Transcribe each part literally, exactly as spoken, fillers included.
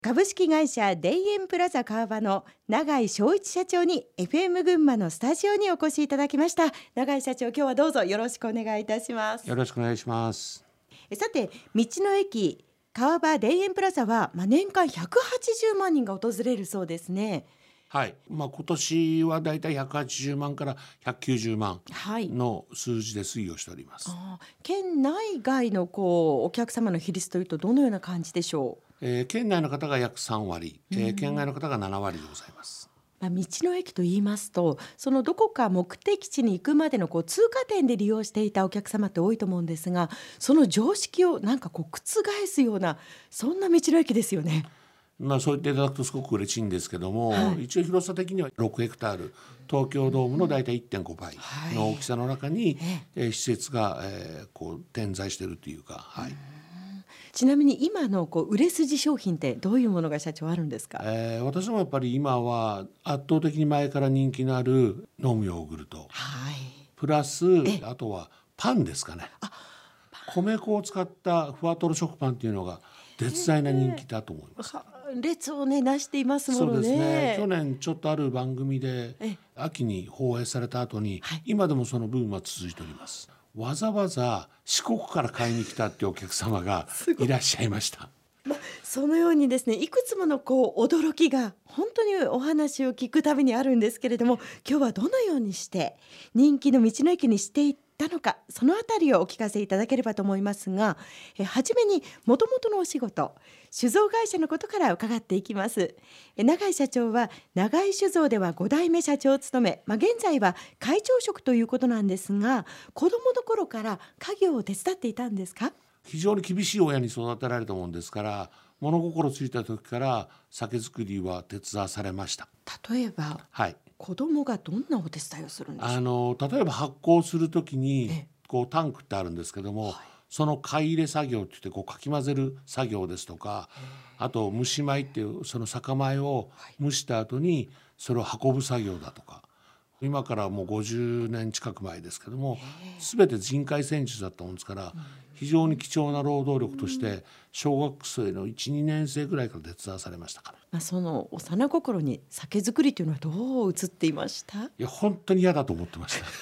株式会社デイエンプラザ川場の永井翔一社長に エフエム 群馬のスタジオにお越しいただきました。永井社長、今日はどうぞよろしくお願いいたします。 よろしくお願いします。 えさて、道の駅川場デイエンプラザは、まあ、年間ひゃくはちじゅうまんにんが訪れるそうですね。 はい、まあ、今年はだいたいひゃくはちじゅうまんからひゃくきゅうじゅうまんの数字で推移をしております。 はい、あ県内外のこうお客様の比率というとどのような感じでしょう。 えー、県内の方が約さんわり、えー、県外の方がななわりでございます。 まあ、道の駅と言いますと、そのどこか目的地に行くまでのこう通過点で利用していたお客様って多いと思うんですが、その常識をなんかこう覆すような、そんな道の駅ですよね。 まあ、そう言っていただくとすごく嬉しいんですけども、はい、一応広さ的にはろくヘクタール、東京ドームのだいたい いってんご 倍の大きさの中に、はい、えー、施設が、えー、こう点在しているというか、はい、 ちなみに今のこう売れ筋商品ってどういうものが社長あるんですか。 えー、私もやっぱり今は圧倒的に前から人気のある飲むヨーグルト、はい、プラスあとはパンですかね。米粉を使ったふわとろ食パンっていうのが絶大な人気だと思います。 列をね、なしていますものね。 そうですね。去年ちょっとある番組で秋に放映された後に、はい、今でもそのブームは続いております。わざわざ四国から買いに来たっていうお客様がいらっしゃいました。 ま、そのようにですね、いくつものこう驚きが本当にお話を聞くたびにあるんですけれども、今日はどのようにして人気の道の駅にしていったのか、そのあたりをお聞かせいただければと思いますが、えはじめに元々のお仕事、酒造会社のことから伺っていきます。え永井社長は永井酒造ではごだいめ社長を務め、まあ、現在は会長職ということなんですが、子どもの頃から家業を手伝っていたんですか。 非常に厳しい親に育てられたもんですから、物心ついた時から酒造りは手伝わされました。 例えば、はい、子供がどんなお手伝いをするんですか。 あの例えば発酵する時にこうタンクってあるんですけども、はい、その買い入れ作業って言ってこうかき混ぜる作業ですとか、あと蒸し米っていうその酒米を蒸した後にそれを運ぶ作業だとか、今からもうごじゅうねん近く前ですけども、全て人海戦術だったもんですから、非常に貴重な労働力として小学生のいち、にねん生ぐらいから手伝わされましたから、 まあ、その幼心に酒造りというのはどう映っていました。 いや本当に嫌だと思ってました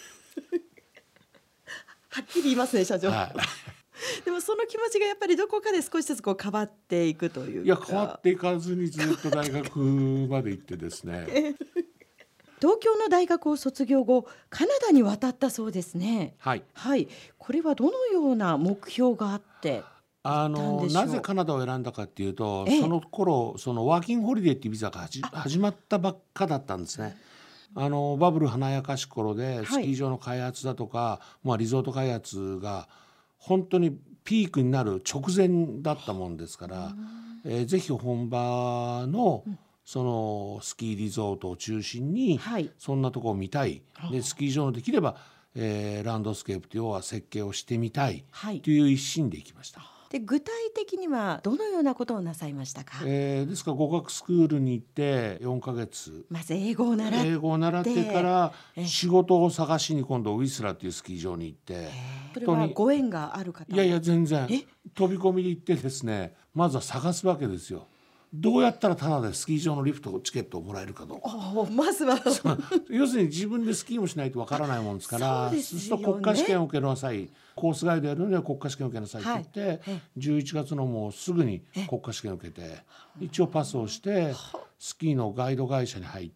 はっきり言いますね、社長、 はいでもその気持ちがやっぱりどこかで少しずつこう変わっていくというか。 いや変わっていかずにずっと大学まで行ってですね東京の大学を卒業後、カナダに渡ったそうですね。 はい、 はい、これはどのような目標があってあのなぜカナダを選んだかっていうと、その頃そのワーキングホリデーっていうビザが始まったばっかだったんですね。あのバブル華やかし頃でスキー場の開発だとか、はい、まあ、リゾート開発が本当にピークになる直前だったもんですから、えー、ぜひ本場の、うん、そのスキーリゾートを中心に、はい、そんなところを見たい。でスキー場のできれば、えー、ランドスケープというのは設計をしてみたいという一心で行きました。 で具体的にはどのようなことをなさいましたか。 えー、ですから語学スクールに行ってよんかげつ、 まず英語を習って英語を習ってから仕事を探しに今度ウィスラーっていうスキー場に行って、 それはご縁がある方。 いやいや全然飛び込みで行ってですね、まずは探すわけですよ。どうやったらタダでスキー場のリフトチケットをもらえるかどうか。 まずは要するに自分でスキーもしないとわからないもんですから、そうすると国家試験を受けなさい、コースガイドやるのには国家試験を受けなさいって言って、はい、じゅういちがつのもうすぐに国家試験を受けて一応パスをしてスキーのガイド会社に入って、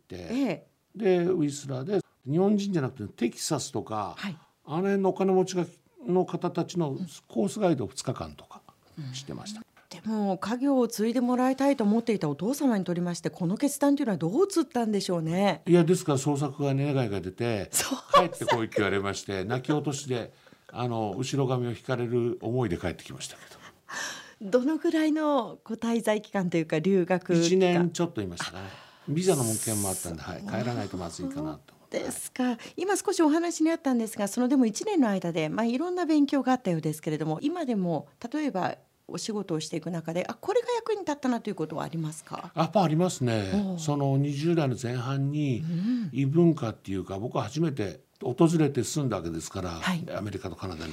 でウィスラーで日本人じゃなくてテキサスとか、はい、あの辺のお金持ちの方たちのコースガイドをふつかかんとかしてました。うんでも家業を継いでもらいたいと思っていたお父様にとりまして、この決断というのはどう映ったんでしょうね。 いやですから捜索が願いが出て帰ってこいって言われまして、泣き落としであの後ろ髪を引かれる思いで帰ってきましたけど。どのぐらいのご滞在期間というか留学期間。 いちねんちょっといましたかね。ビザの文献もあったんで、はい、帰らないとまずいかなと思って。 ですか。今少しお話にあったんですが、そのでもいちねんの間で、まあ、いろんな勉強があったようですけれども、今でも例えばお仕事をしていく中で、あこれが役に立ったなということはありますか。 やっぱありますね。そのにじゅうだいの前半に異文化っていうか、僕は初めて訪れて住んだわけですから、はい、アメリカとカナダに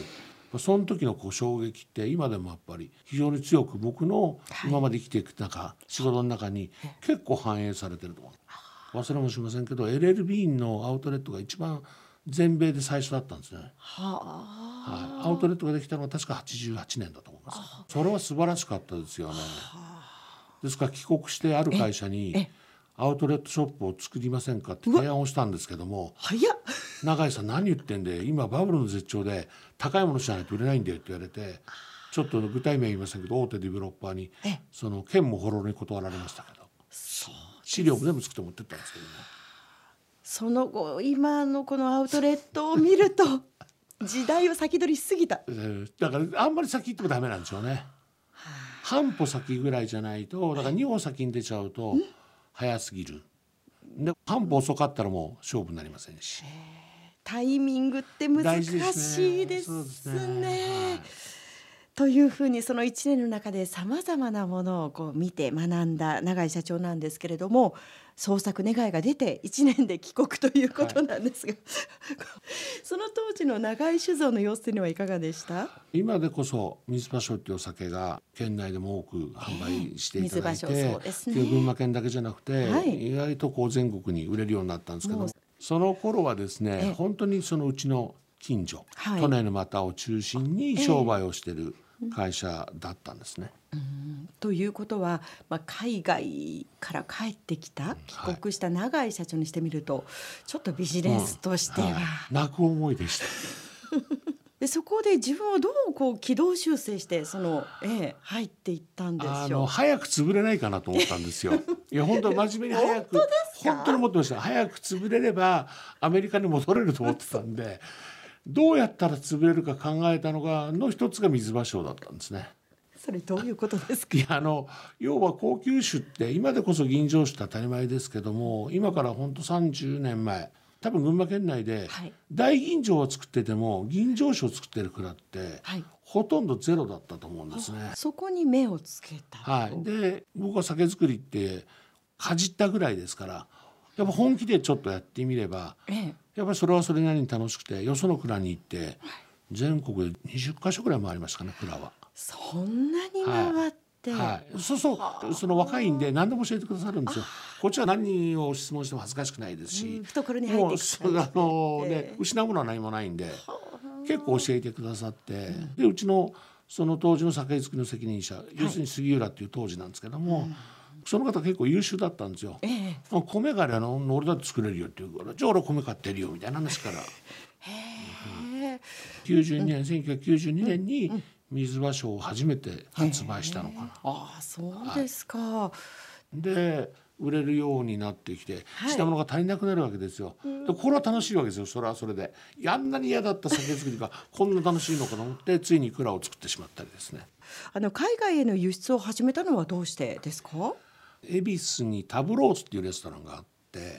その時のこう衝撃って今でもやっぱり非常に強く僕の今まで生きていく中、はい、仕事の中に結構反映されてると思う。忘れもしませんけど エルエルビー のアウトレットが一番全米で最初だったんですね。はあ、はい、アウトレットができたのは確かはちじゅうはちねんだと思います。それは素晴らしかったですよね。ですから帰国してある会社にアウトレットショップを作りませんかって提案をしたんですけども、 早っ、 永井さん何言ってんで、今バブルの絶頂で高いものじゃないと売れないんだよって言われて、ちょっと具体名は言いませんけど大手デベロッパーにその県もほろろに断られましたけど、資料も全部作って持ってったんですけどね。 その後今のこのアウトレットを見ると時代を先取りしすぎた。 だからあんまり先行ってもダメなんでしょうね。半歩先ぐらいじゃないと、だからに歩先に出ちゃうと早すぎる。で半歩遅かったらもう勝負になりませんし、 タイミングって難しいですね。というふうにそのいちねんの中でさまざまなものをこう見て学んだ永井社長なんですけれども、創作願いが出ていちねんで帰国ということなんですが、はい、その当時の永井酒造の様子にはいかがでした？ 今でこそ水芭蕉というお酒が県内でも多く販売していただいて、えーそうですね、群馬県だけじゃなくて、はい、意外とこう全国に売れるようになったんですけど、その頃はですね、えー、本当にそのうちの近所、はい、都内の又を中心に商売をしている会社だったんですね。 うん、ということは、まあ、海外から帰ってきた帰国した永井社長にしてみると、はい、ちょっとビジネスとしては、うんはい、 泣く思いでしたでそこで自分をどうこう軌道修正してその、ええ、入っていったんでしょう。 あの早く潰れないかなと思ったんですよいや本当真面目に早く本当に思ってました。早く潰れればアメリカに戻れると思ってたんでどうやったら潰れるか考えたのがの一つが水芭蕉だったんですね。 それどういうことですか？ いやあの要は高級酒って今でこそ吟醸酒って当たり前ですけども、今から本当さんじゅうねんまえ多分群馬県内で大吟醸を作ってても吟醸酒を作ってる蔵って、はい、ほとんどゼロだったと思うんですね。 そこに目をつけた、 はい、で僕は酒造りってかじったぐらいですから、やっぱ本気でちょっとやってみれば、ええ、やっぱりそれはそれなりに楽しくて、よその蔵に行って、はい、全国でにじゅっかしょぐらい回りましたかね、蔵は。 そんなに回って、はいはい、そうそうその若いんで何でも教えてくださるんですよ。こっちは何を質問しても恥ずかしくないですし、うん、 懐に入ってきたもうあの、ね、失うものは何もないんで結構教えてくださって、うん、でうちのその当時の酒造りの責任者、はい、要するに杉浦っていう当時なんですけども、うん、その方結構優秀だったんですよ、ええ、米があれあの俺だって作れるよって言うから、じゃあ俺米買ってるよみたいな話からへえきゅうじゅうにねん、うん、せんきゅうひゃくきゅうじゅうにねんに水芭蕉を初めて発売したのかな。 ああそうですか、はい、 で売れるようになってきて、はい、品物が足りなくなるわけですよ。でこれは楽しいわけですよ。それはそれであんなに嫌だった酒造りがこんな楽しいのかと思ってついに蔵を作ってしまったりですね。 あの海外への輸出を始めたのはどうしてですか？ 恵比寿にタブロースっていうレストランがあって、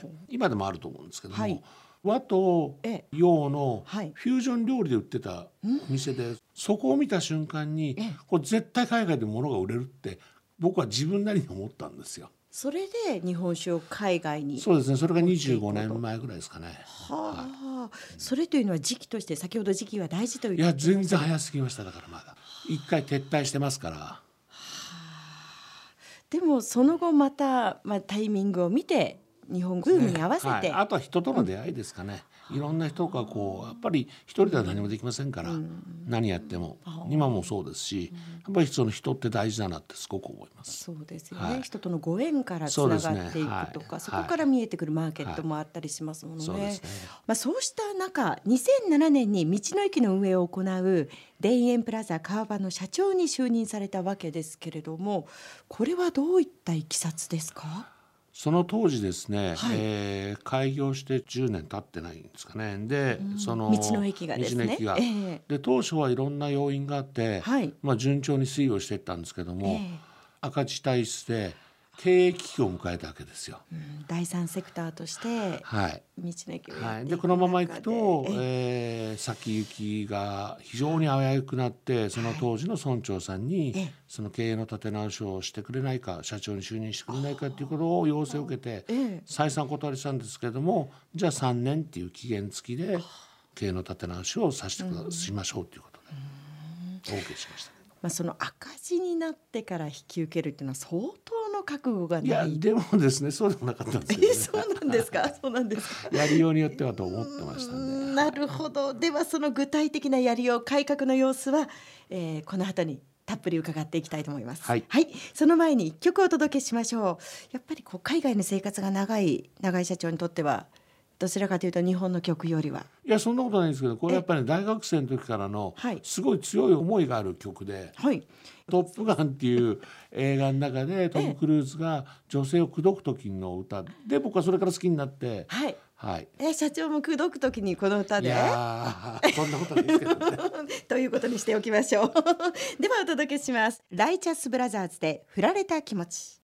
今でもあると思うんですけども、はい、和と洋のフュージョン料理で売ってたお店で、そこを見た瞬間にこれ絶対海外で物が売れるって僕は自分なりに思ったんですよ。 それで日本酒を海外に。 そうですね、それがにじゅうごねんまえぐらいですかね。 はあ、はい、それというのは時期として先ほど時期は大事という。 いや全然早すぎました。だからまだ一回撤退してますから。はあ、でもその後また、まあ、タイミングを見て日本ブームに合わせて、ね、はい、 あとは人との出会いですかね、うん、いろんな人がこうやっぱり一人では何もできませんから、うん、何やっても、うん、今もそうですし、うん、やっぱりその人って大事だなってすごく思います。 そうですよね、はい、人とのご縁からつながっていくとか そ,、ね、はい、そこから見えてくるマーケットもあったりしますものね。 そうですね、まあ、そうした中にせんななねんに道の駅の運営を行う田園プラザ川場の社長に就任されたわけですけれども、これはどういったいきさつですか？ その当時ですね、はい、えー、開業してじゅうねん経ってないんですかね。で、その道の駅がですね、道の駅が、えー、 で当初はいろんな要因があって、はい、まあ、順調に推移をしていったんですけども、えー、赤字体質で経営危機を迎えたわけですよ、 うん、第三セクターとして道の駅をやっていく中で、はい、 でこのままいくと、えー、先行きが非常に危うくなって、その当時の村長さんに、はい、その経営の立て直しをしてくれないか、社長に就任してくれないかということを要請を受けて、再三断りしたんですけれども、じゃあさんねんっていう期限付きで経営の立て直しをさせてくだ、うん、しましょうということで。 OK しました。 まあ、その赤字になってから引き受けるっていうのは相当の覚悟がない。 いやでもですね、そうでもなかったんですけどね。 そうなんですか。そうなんですか。 やりようによってはと思ってましたんで。 なるほど。ではその具体的なやりよう、改革の様子は、えー、この後にたっぷり伺っていきたいと思います。 はい、 はい、その前に一曲お届けしましょう。やっぱりこう海外の生活が長い永井社長にとってはどちらかというと日本の曲よりは。 いやそんなことないんですけど、これやっぱり大学生の時からのすごい強い思いがある曲で、はい、トップガンっていう映画の中でトム・クルーズが女性を口説く時の歌で、僕はそれから好きになって、 はいはい、 え社長も口説く時にこの歌で。 いやそんなことないですけどねということにしておきましょうではお届けします。ライチャスブラザーズで振られた気持ち。